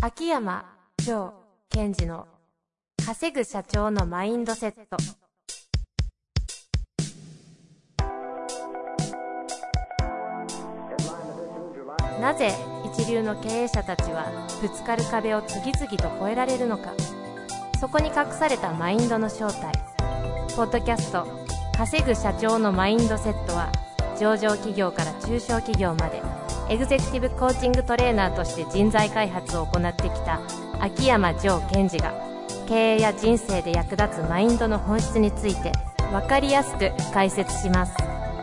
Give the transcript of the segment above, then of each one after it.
秋山城賢治の稼ぐ社長のマインドセット。なぜ一流の経営者たちはぶつかる壁を次々と越えられるのか。そこに隠されたマインドの正体。ポッドキャスト稼ぐ社長のマインドセットは、上場企業から中小企業までエグゼクティブコーチングトレーナーとして人材開発を行ってきた秋山城賢治が、経営や人生で役立つマインドの本質について分かりやすく解説します。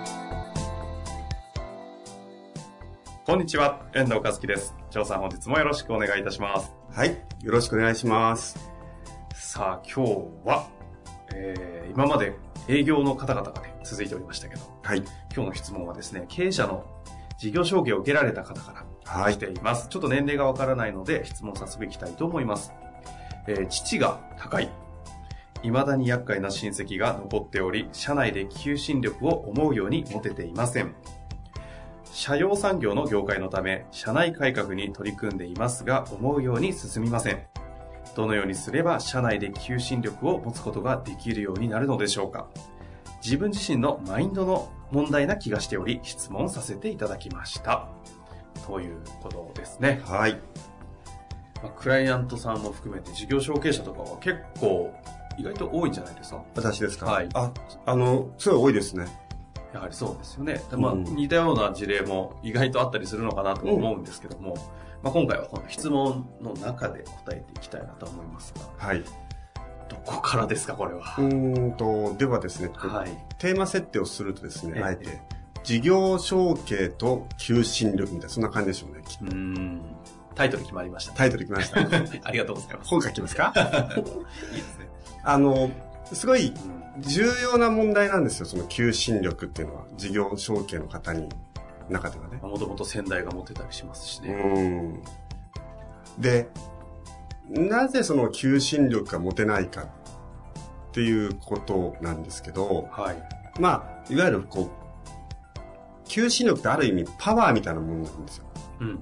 こんにちは、遠藤和樹です。城さん、本日もよろしくお願いいたします。 はい、よろしくお願いします。 さあ、今日は、今まで営業の方々がね、続いておりましたけど、 はい、 今日の質問はですね、経営者の事業承継を受けられた方から来ています。ちょっと年齢がわからないので、質問早速いきたいと思います。父が高い。未だに厄介な親戚が残っており、社内で求心力を思うように持てていません。社用産業の業界のため、社内改革に取り組んでいますが、思うように進みません。どのようにすれば社内で求心力を持つことができるようになるのでしょうか。自分自身のマインドの問題な気がしており、質問させていただきました。ということですね。 はい。 クライアントさんも含めて事業承継者とかは結構意外と多いんじゃないですか。 私ですか。 はい。 すごい多いですね。 やはりそうですよね。似たような事例も意外とあったりするのかなと思うんですけども、今回はこの質問の中で答えていきたいなと思いますが、 はい。 どこからですか、これは。 ではですね、 はい、 テーマ設定をするとですね、あえて事業承継と求心力みたいな、そんな感じでしょうね、きっと。 タイトル決まりました、ね。 タイトル決まりました。 ありがとうございます。 本書きますか。 いいですね。 すごい重要な問題なんですよ、その求心力っていうのは。事業承継の方に中ではね。 もともと先代が持ってたりしますしね。 で、なぜその求心力が持てないかっていうことなんですけど、 はい。 いわゆる求心力ってある意味パワーみたいなものなんですよ。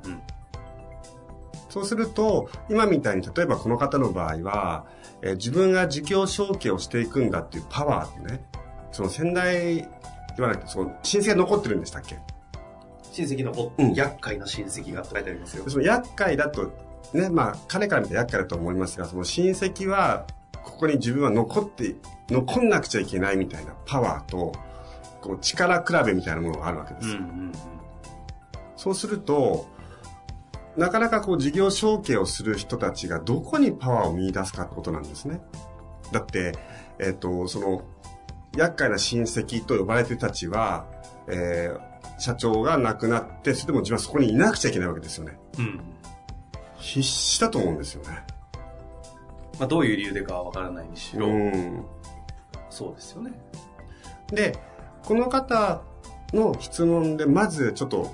そうすると、今みたいに例えばこの方の場合は、自分が事業承継をしていくんだっていうパワーってね、その先代言わなくて、その親戚が残ってるんでしたっけ？ 親戚残って、厄介な親戚がと書いてありますよ。 その厄介だと、ね、彼から見たら厄介だと思いますが、その親戚は、ここに自分は残んなくちゃいけないみたいなパワーと、力比べみたいなものがあるわけですよ。そうすると、なかなか事業承継をする人たちがどこにパワーを見出すかってことなんですね。だって、その、厄介な親戚と呼ばれてる人たちは、社長が亡くなって、それでも自分はそこにいなくちゃいけないわけですよね。必死だと思うんですよね。 どういう理由でかはわからないにしろ。そうですよね。 で、この方の質問で、まずちょっと、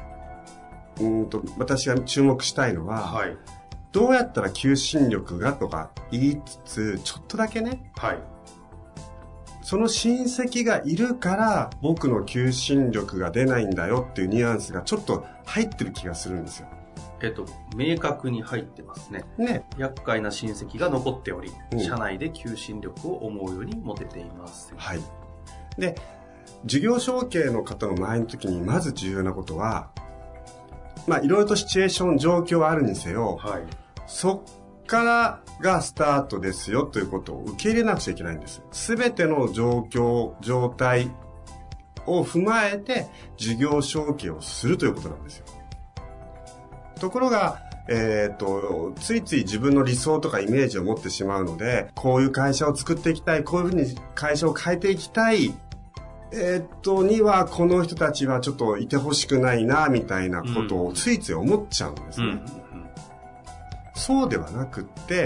私が注目したいのは、はい、どうやったら求心力がとか言いつつ、ちょっとだけね、 はい、 その親戚がいるから僕の求心力が出ないんだよっていうニュアンスがちょっと入ってる気がするんですよ。 明確に入ってますね。厄介な親戚が残っており、社内で求心力を思うように持てています。 はい。で、事業承継の方の前の時にまず重要なことは、いろいろとシチュエーション、状況はあるにせよ、 はい、 そっからがスタートですよということを受け入れなくちゃいけないんです。すべての状況、状態を踏まえて事業承継をするということなんですよ。ところが、ついつい自分の理想とかイメージを持ってしまうので、こういう会社を作っていきたい、こういうふうに会社を変えていきたい、にはこの人たちはちょっといてほしくないなみたいなことをついつい思っちゃうんですね。そうではなくって、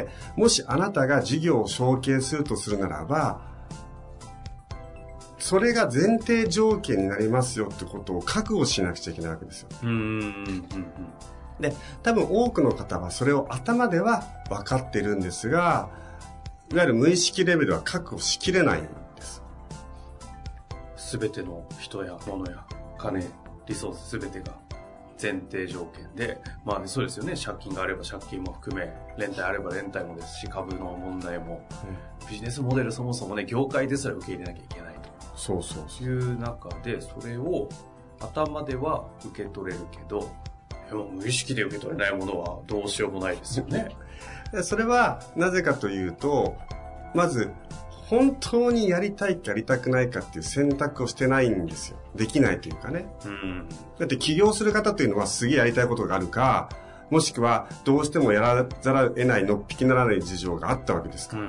もしあなたが事業を承継するとするならば、それが前提条件になりますよってことを覚悟しなくちゃいけないわけですよ。で、多分多くの方はそれを頭では分かってるんですが、いわゆる無意識レベルは覚悟しきれないんです。 すべての人や物や金、リソースすべてが前提条件で、まあ、ね、そうですよね。借金があれば借金も含め、連帯あれば連帯もですし、株の問題も、ビジネスモデルそもそもね、業界ですら受け入れなきゃいけないと。そういう中で、それを頭では受け取れるけど、でも無意識で受け取れないものはどうしようもないですよね。 それはなぜかというと、まず、本当にやりたいかやりたくないかっていう選択をしてないんですよ。できないというかね。だって起業する方というのはすげえやりたいことがあるか、もしくはどうしてもやらざるを得ないのっぴきならない事情があったわけですから。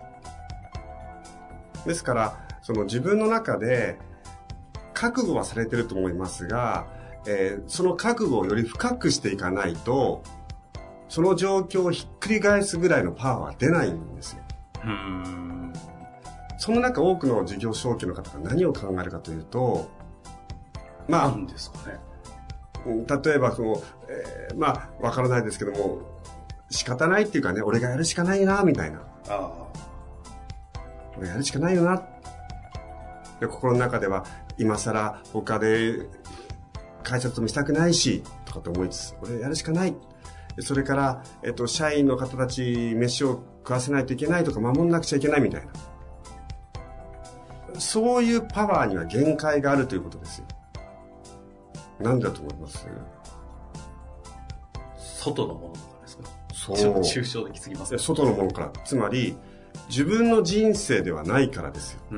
ですから、その自分の中で覚悟はされてると思いますが、その覚悟をより深くしていかないと、その状況をひっくり返すぐらいのパワーは出ないんですよ。その中多くの事業承継の方が何を考えるかというと、まあ、 何ですかね。 例えばその、まあわからないですけども、仕方ないっていうかね、俺がやるしかないなみたいな。俺やるしかないよな。で心の中では今更他で会社勤めしたくないしとかって思いつつ、俺やるしかない。それから、社員の方たち飯を食わせないといけないとか守んなくちゃいけないみたいな。そういうパワーには限界があるということですよ。何だと思います？ 外のものとかですか？ そう。 ちょっと抽象的すぎますね。 外のものから。つまり、自分の人生ではないからですよ。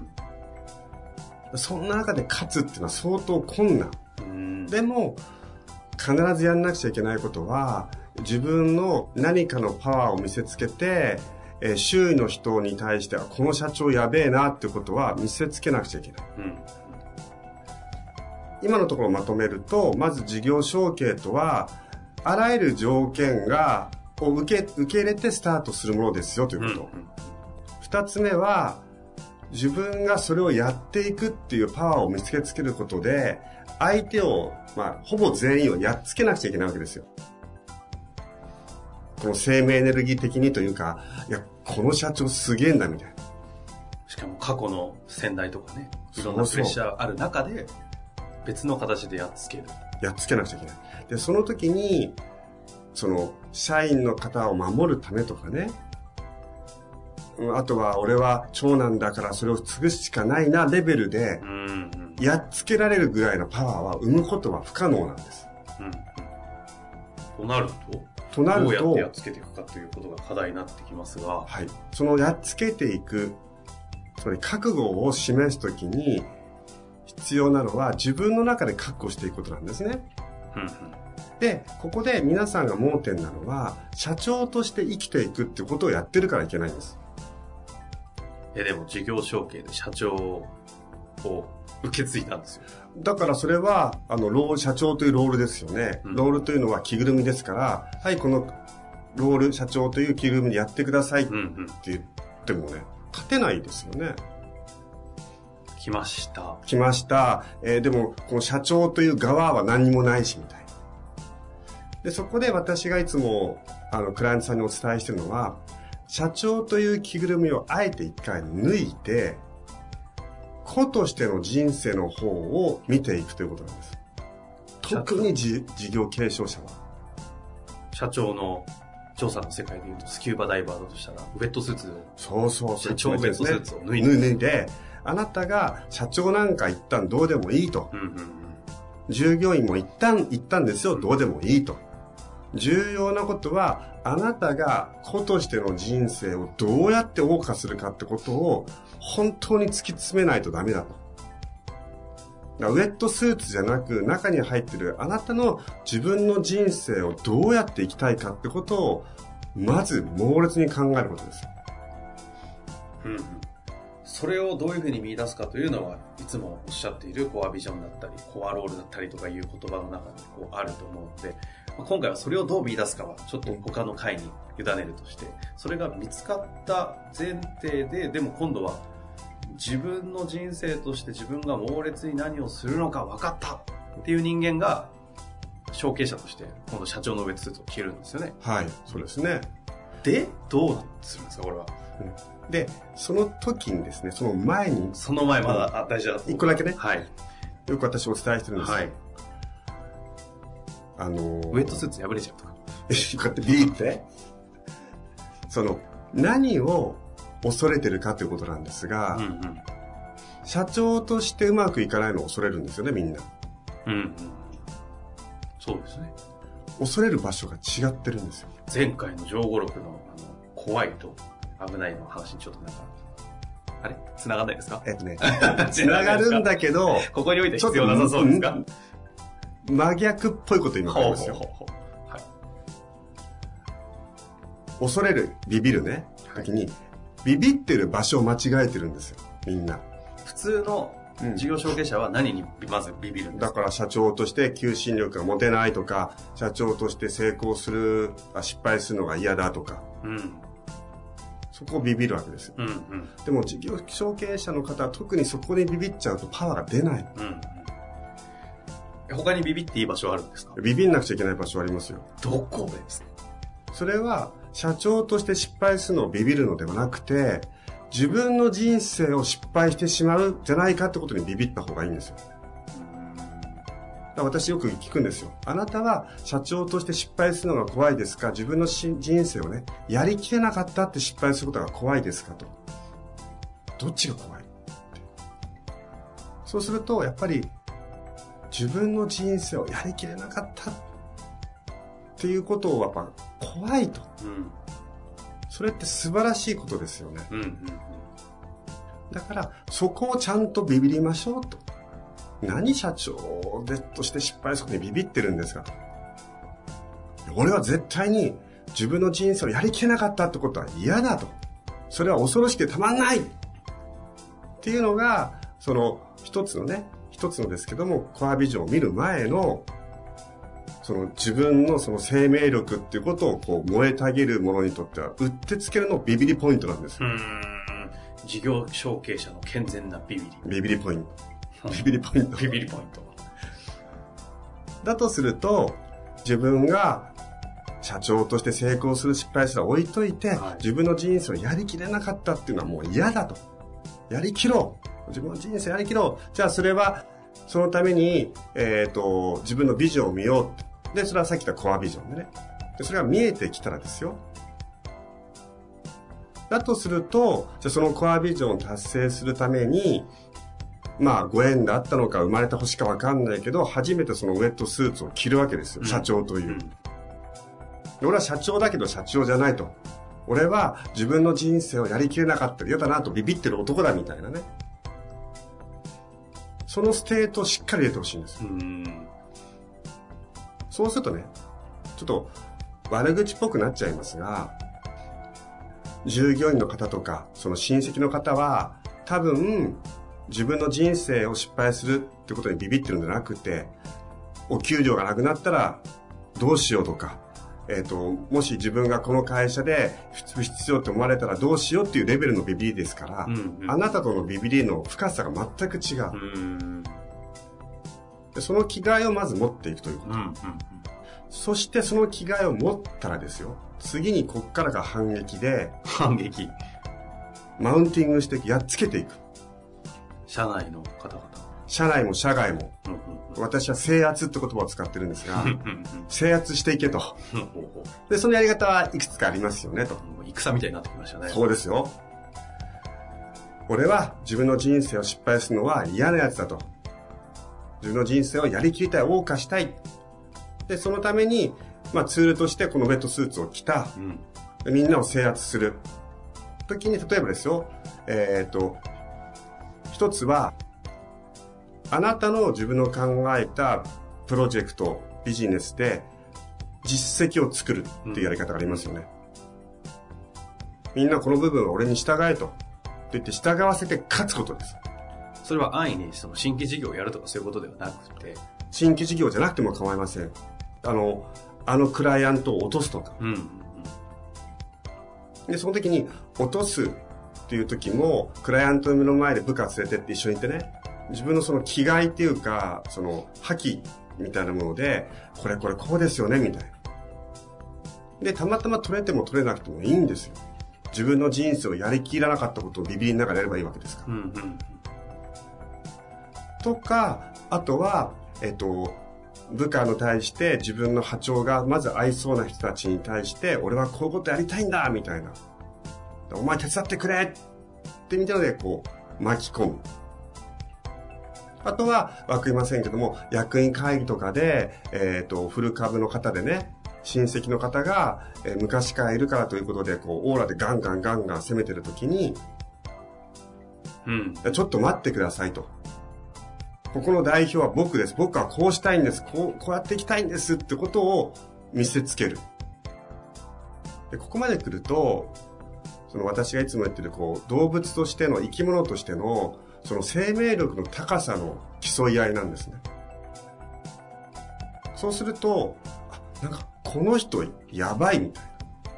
そんな中で勝つっていうのは相当困難。でも、必ずやんなくちゃいけないことは、自分の何かのパワーを見せつけて、周囲の人に対してはこの社長やべえなっていうことは見せつけなくちゃいけない。今のところまとめると、まず事業承継とは、あらゆる条件を受け入れてスタートするものですよということ。二つ目は、自分がそれをやっていくっていうパワーを見つけつけることで、相手を、ほぼ全員をやっつけなくちゃいけないわけですよ。この生命エネルギー的にというか、いや、この社長すげえんだみたいな。 しかも過去の先代とかね、いろんなプレッシャーある中で、別の形でやっつける。 やっつけなくちゃいけない。で、その時に、その、社員の方を守るためとかね、あとは俺は長男だからそれを継ぐしかないなレベルで、やっつけられるぐらいのパワーは生むことは不可能なんです。 となると、どうやってやっつけていくかということが課題になってきますが、 はい。そのやっつけていく、つまり覚悟を示すときに必要なのは自分の中で確保していくことなんですね。で、ここで皆さんが盲点なのは、社長として生きていくってことをやってるからいけないんです。 でも事業承継で社長を受け継いだんですよ。 だからそれは、社長というロールですよね。ロールというのは着ぐるみですから、はい、このロール、社長という着ぐるみでやってくださいって言ってもね、勝てないですよね。 来ました。 でも、この社長という側は何にもないし、みたいな。で、そこで私がいつも、クライアントさんにお伝えしてるのは、社長という着ぐるみをあえて一回脱いで、個としての人生の方を見ていくということなんです。特に事業継承者は。 社長の調査の世界でいうとスキューバダイバーだとしたら、ウェットスーツを。 社長ウェットスーツを脱いで、あなたが社長なんか一旦どうでもいいと。従業員も一旦ですよ、どうでもいいと。重要なことは、あなたが個としての人生をどうやって謳歌するかってことを本当に突き詰めないとダメだと。ウェットスーツじゃなく中に入ってるあなたの自分の人生をどうやって生きたいかってことをまず猛烈に考えることです。 それをどういうふうに見出すかというのはいつもおっしゃっているコアビジョンだったりコアロールだったりとかいう言葉の中にあると思うので、今回はそれをどう見出すかはちょっと他の回に委ねるとして、それが見つかった前提で、でも今度は自分の人生として自分が猛烈に何をするのか分かったっていう人間が承継者として今度社長のウェットスーツを着るんですよね。 はい、そうですね。 で、どうするんですかこれは。 で、その時にですね、その前まだ大事だと。 一個だけね。 はい。 よく私お伝えしてるんですよ。 ウェットスーツ破れちゃうとか。 こうやってビーって、何を恐れてるかということなんですが、うんうん、社長としてうまくいかないのを恐れるんですよね、みんな。 うんうん。そうですね。 恐れる場所が違ってるんですよ。 前回の上五六の怖いと危ないの話にちょっとあれ繋がんないですか？ 繋がるんだけど、 ここにおいて必要なさそうですか？ 真逆っぽいこと今言いますよ。はい、恐れる、ビビるね、時に、ビビってる場所を間違えてるんですよ、みんな。 普通の事業承継者は何にまずビビるんですか？ だから社長として求心力が持てないとか、社長として成功する、失敗するのが嫌だとか、うん、そこをビビるわけですよ、うんうん、でも事業承継者の方は特にそこにビビっちゃうとパワーが出ない、 うん、他にビビっていい場所はあるんですか？ ビビんなくちゃいけない場所はありますよ。 どこですか？ それは社長として失敗するのをビビるのではなくて、自分の人生を失敗してしまうじゃないかってことにビビった方がいいんですよ。だから私よく聞くんですよ。あなたは社長として失敗するのが怖いですか？自分の人生をね、やりきれなかったって失敗することが怖いですかと。どっちが怖いって。そうすると、やっぱり自分の人生をやりきれなかったっていうことをやっぱ怖いと。それって素晴らしいことですよね、うんうん、だからそこをちゃんとビビりましょうと。何社長でとして失敗することにビビってるんですかと。俺は絶対に自分の人生をやりきれなかったってことは嫌だと。それは恐ろしくてたまんないっていうのが、一つのですけども、コアビジョンを見る前の自分の生命力っていうことを燃えたげるものにとってはうってつけるのビビリポイントなんですよ。 事業承継者の健全なビビリポイント。ビビリポイント。 ビビリポイント。 だとすると、自分が社長として成功する失敗すら置いといて、はい、自分の人生をやりきれなかったっていうのはもう嫌だと。やりきろう。自分の人生やりきろう。じゃあそれは、そのために、自分のビジョンを見よう。で、それはさっき言ったコアビジョンでね。で、それが見えてきたらですよ。だとすると、じゃあそのコアビジョンを達成するために、ご縁があったのか生まれた星か分かんないけど、初めてそのウェットスーツを着るわけですよ。社長という。俺は社長だけど社長じゃないと。俺は自分の人生をやりきれなかったら嫌だなとビビってる男だみたいなね。そのステートをしっかり入れてほしいんですよ。そうするとね、ちょっと悪口っぽくなっちゃいますが、従業員の方とか、その親戚の方は、多分、自分の人生を失敗するってことにビビってるんじゃなくて、お給料がなくなったらどうしようとか、もし自分がこの会社で不必要って思われたらどうしようっていうレベルのビビりですから、あなたとのビビりの深さが全く違う。でその気概をまず持っていくということ。そしてその気概を持ったらですよ、次にこっからが反撃で、マウンティングしてやっつけていく。 社内の方々。 社内も社外も。私は制圧って言葉を使ってるんですが、制圧していけと。で、そのやり方はいくつかありますよねと。 戦みたいになってきましたね。 そうですよ。俺は自分の人生を失敗するのは嫌なやつだと。自分の人生をやりきりたい、謳歌したい。で、そのために、ツールとしてこのウェットスーツを着た、みんなを制圧する。時に、例えばですよ、一つは、あなたの自分の考えたプロジェクト、ビジネスで実績を作るっていうやり方がありますよね。みんなこの部分は俺に従えと言って従わせて勝つことです。 それは安易にその新規事業をやるとかそういうことではなくて、 新規事業じゃなくても構いません。あのクライアントを落とすとか、でその時に落とすっていう時もクライアントの前で部下連れてって一緒にいてね、自分のその気概っていうかその覇気みたいなものでこれこうですよねみたいなで、たまたま取れても取れなくてもいいんですよ。自分の人生をやりきらなかったことをビビりながらやればいいわけですから、とか、あとは部下に対して自分の波長がまず合いそうな人たちに対して、俺はこういうことやりたいんだみたいな、お前手伝ってくれってみたいのでこう巻き込む。あとはわかりませんけども、役員会議とかでフル株の方でね、親戚の方が、昔からいるからということでこうオーラでガンガン攻めてるときに、ちょっと待ってくださいと。ここの代表は僕です。僕はこうしたいんです。こうやっていきたいんですってことを見せつける。で、ここまで来ると、その私がいつも言ってるこう動物としての生き物としてのその生命力の高さの競い合いなんですね。そうすると、なんかこの人やばいみたい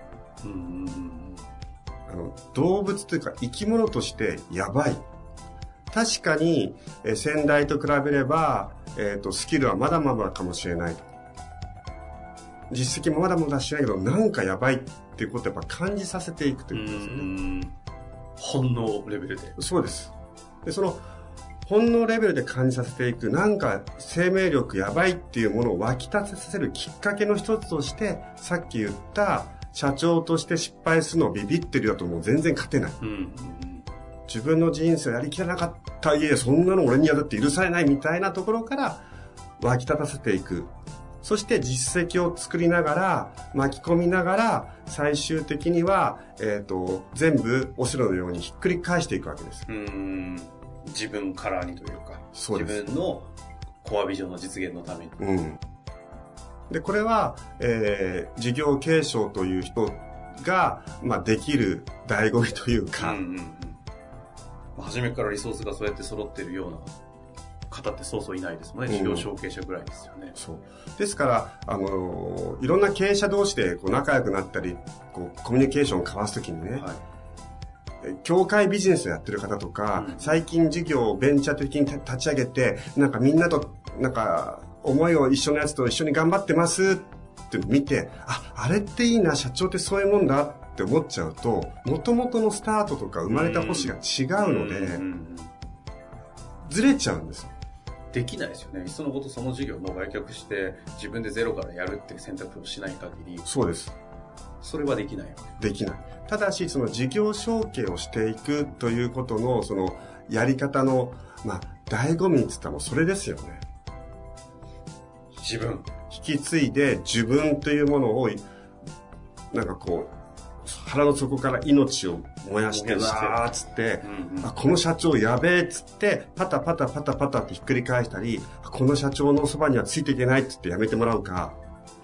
な。動物というか生き物としてやばい。確かに、先代と比べれば、スキルはまだまだかもしれないと。実績もまだまだしないけど、なんかやばいっていうことをやっぱ感じさせていくということですよね。 本能レベルで。 そうです。で、その本能レベルで感じさせていく、なんか生命力やばいっていうものを湧き立てさせるきっかけの一つとして、さっき言った社長として失敗するのをビビってるだともう全然勝てない。自分の人生をやりきれなかった、いえ、そんなの俺にはだって許されないみたいなところから湧き立たせていく。そして実績を作りながら、巻き込みながら、最終的には、全部オセロのようにひっくり返していくわけです。 自分カラーにというか、自分のコアビジョンの実現のために。 で、これは、事業継承という人が、できる醍醐味というか、 初めからリソースがそうやって揃っているような方ってそうそういないですもんね。事業承継者ぐらいですよね。 そう。ですから、いろんな経営者同士でこう仲良くなったり、こうコミュニケーションを交わすときにね、協会ビジネスをやってる方とか、最近事業をベンチャー的に立ち上げて、なんかみんなと、なんか思いを一緒のやつと一緒に頑張ってますって見て、あれっていいな、社長ってそういうもんだって思っちゃうと、元々のスタートとか生まれた星が違うので、ずれちゃうんですよ。 できないですよね。いっそのことその事業も売却して自分でゼロからやるっていう選択をしない限り。 そうです。 それはできないわけできない。ただし、その事業承継をしていくということの、そのやり方の、醍醐味って言ったらもうそれですよね。 自分。 引き継いで自分というものを、なんかこう、腹の底から命を燃やして、わーっつって、この社長やべえっつって、パタパタってひっくり返したり、この社長のそばにはついていけないっつってやめてもらうか。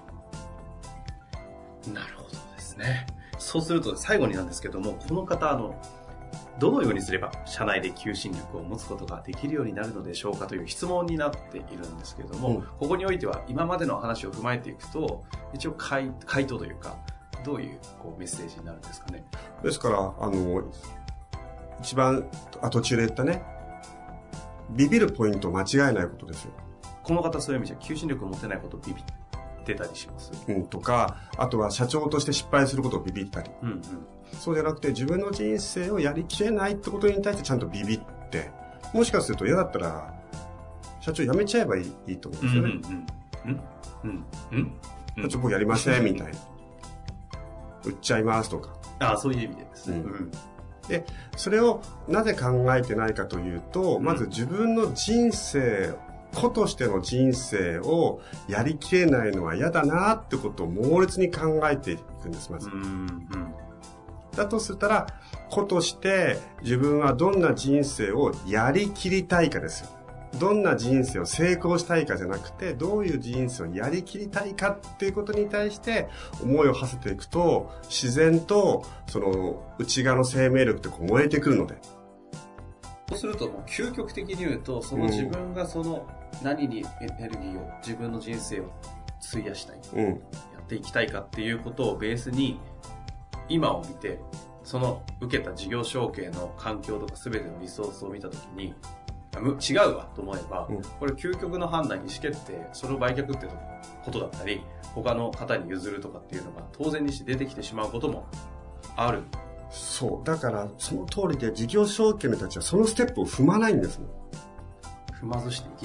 なるほどですね。そうすると最後になんですけども、この方どのようにすれば社内で求心力を持つことができるようになるのでしょうかという質問になっているんですけれども、ここにおいては今までの話を踏まえていくと、一応回答というか、どういうメッセージになるんですかね。 ですから一番途中で言ったね、ビビるポイントを間違えないことですよ。 この方そういう意味じゃ求心力を持てないことをビビってたりします、 とか、あとは社長として失敗することをビビったり、そうじゃなくて自分の人生をやりきれないってことに対してちゃんとビビって、もしかすると嫌だったら社長辞めちゃえばいいと思うんですよね。社長僕やりませんみたいな、売っちゃいますとか。 そういう意味でですね。 で、それをなぜ考えてないかというと、まず自分の人生、子としての人生をやりきれないのは嫌だなってことを猛烈に考えていくんです、まず。だとするたら、子として自分はどんな人生をやりきりたいかですよ。どんな人生を成功したいかじゃなくて、どういう人生をやりきりたいかっていうことに対して思いを馳せていくと、自然とその内側の生命力って燃えてくるので。 そうするともう究極的に言うと、その自分がその何にエネルギーを、自分の人生を費やしたい、やっていきたいかっていうことをベースに今を見て、その受けた事業承継の環境とか全てのリソースを見たときに違うわと思えば、これ究極の判断、意思決定、それを売却っていうことだったり、他の方に譲るとかっていうのが当然にして出てきてしまうこともある。 そう。だから、その通りで事業承継の人たちはそのステップを踏まないんですね。 踏まずしていきなりか。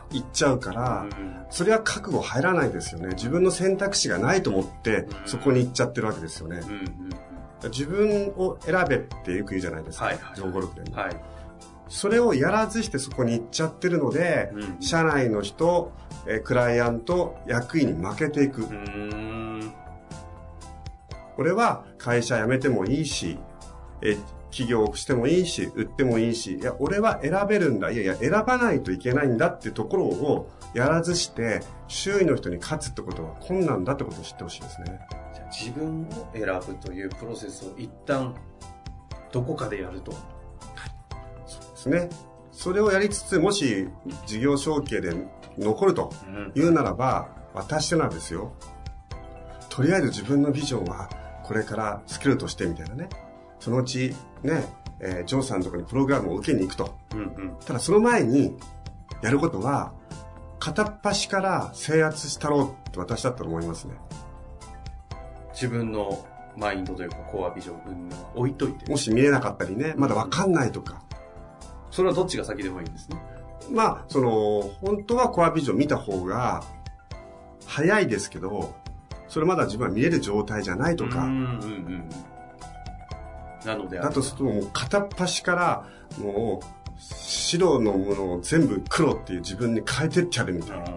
行っちゃうから、それは覚悟入らないですよね。自分の選択肢がないと思ってそこに行っちゃってるわけですよね。自分を選べってよく言うじゃないですか、情報力で、はい、それをやらずしてそこに行っちゃってるので、社内の人、クライアント、役員に負けていく。俺は会社辞めてもいいし、起業してもいいし、売ってもいいし、いや、俺は選べるんだ。いやいや、選ばないといけないんだっていうところをやらずして、周囲の人に勝つってことは困難だってことを知ってほしいですね。 じゃあ自分を選ぶというプロセスを一旦どこかでやると。はい、 そうですね。それをやりつつ、もし事業承継で残るというならば、私とならですよ。とりあえず自分のビジョンはこれからスキルとしてみたいなね。そのうちね、ジョーさんのところにプログラムを受けに行くと。ただその前にやることは、片っ端から制圧したろうって私だったと思いますね。 自分のマインドというかコアビジョンは置いといて。 もし見えなかったりね、まだわかんないとか。 それはどっちが先でもいいんですね。 まあ、本当はコアビジョン見た方が早いですけど、それまだ自分は見れる状態じゃないとか。 なのでだとするともう片っ端からもう白のものを全部黒っていう自分に変えてっちゃうみたいな。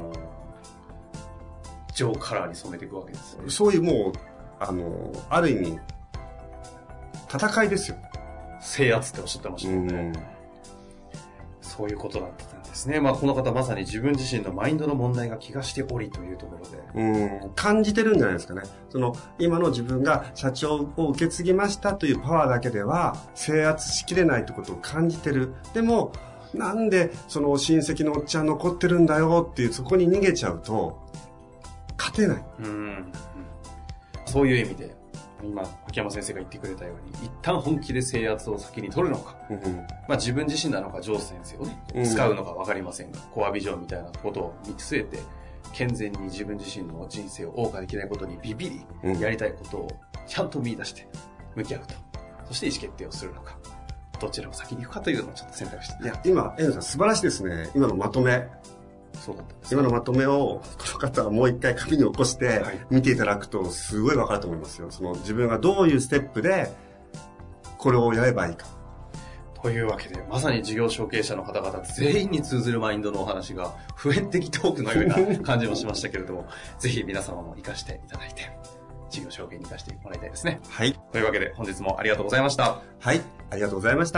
ジョーカラーに染めていくわけですね。 そういうもうある意味戦いですよ。 制圧っておっしゃってましたよね。そういうことだったんですね。まあこの方まさに自分自身のマインドの問題が気がしておりというところで。感じてるんじゃないですかね。今の自分が社長を受け継ぎましたというパワーだけでは制圧しきれないということを感じてる。でも、なんでその親戚のおっちゃん残ってるんだよっていうそこに逃げちゃうと勝てない。 そういう意味で。今秋山先生が言ってくれたように一旦本気で制圧を先に取るのか、まあ、自分自身なのか上司先生をね、使うのか分かりませんが、コアビジョンみたいなことを見据えて健全に自分自身の人生を謳歌できないことにビビり、やりたいことをちゃんと見出して向き合うと、そして意思決定をするのか、どちらを先に行くかというのをちょっと選択して、 いや今遠藤さん素晴らしいですね。今のまとめ、 そうだったんです。 今のまとめをこの方はもう一回紙に起こして見ていただくとすごい分かると思いますよ。自分がどういうステップでこれをやればいいかというわけで、まさに事業承継者の方々全員に通ずるマインドのお話が普遍的トークのような感じもしましたけれどもぜひ皆様も活かしていただいて事業承継に活かしてもらいたいですね。 はい。 というわけで本日もありがとうございました。 はい、ありがとうございました。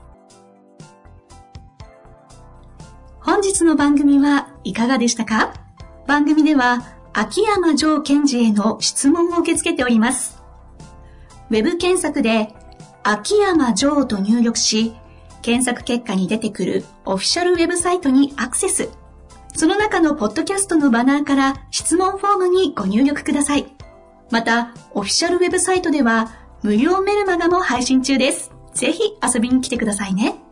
本日の番組はいかがでしたか？番組では秋山城賢治への質問を受け付けております。ウェブ検索で秋山城と入力し、検索結果に出てくるオフィシャルウェブサイトにアクセス。その中のポッドキャストのバナーから質問フォームにご入力ください。また、オフィシャルウェブサイトでは無料メルマガも配信中です。ぜひ遊びに来てくださいね。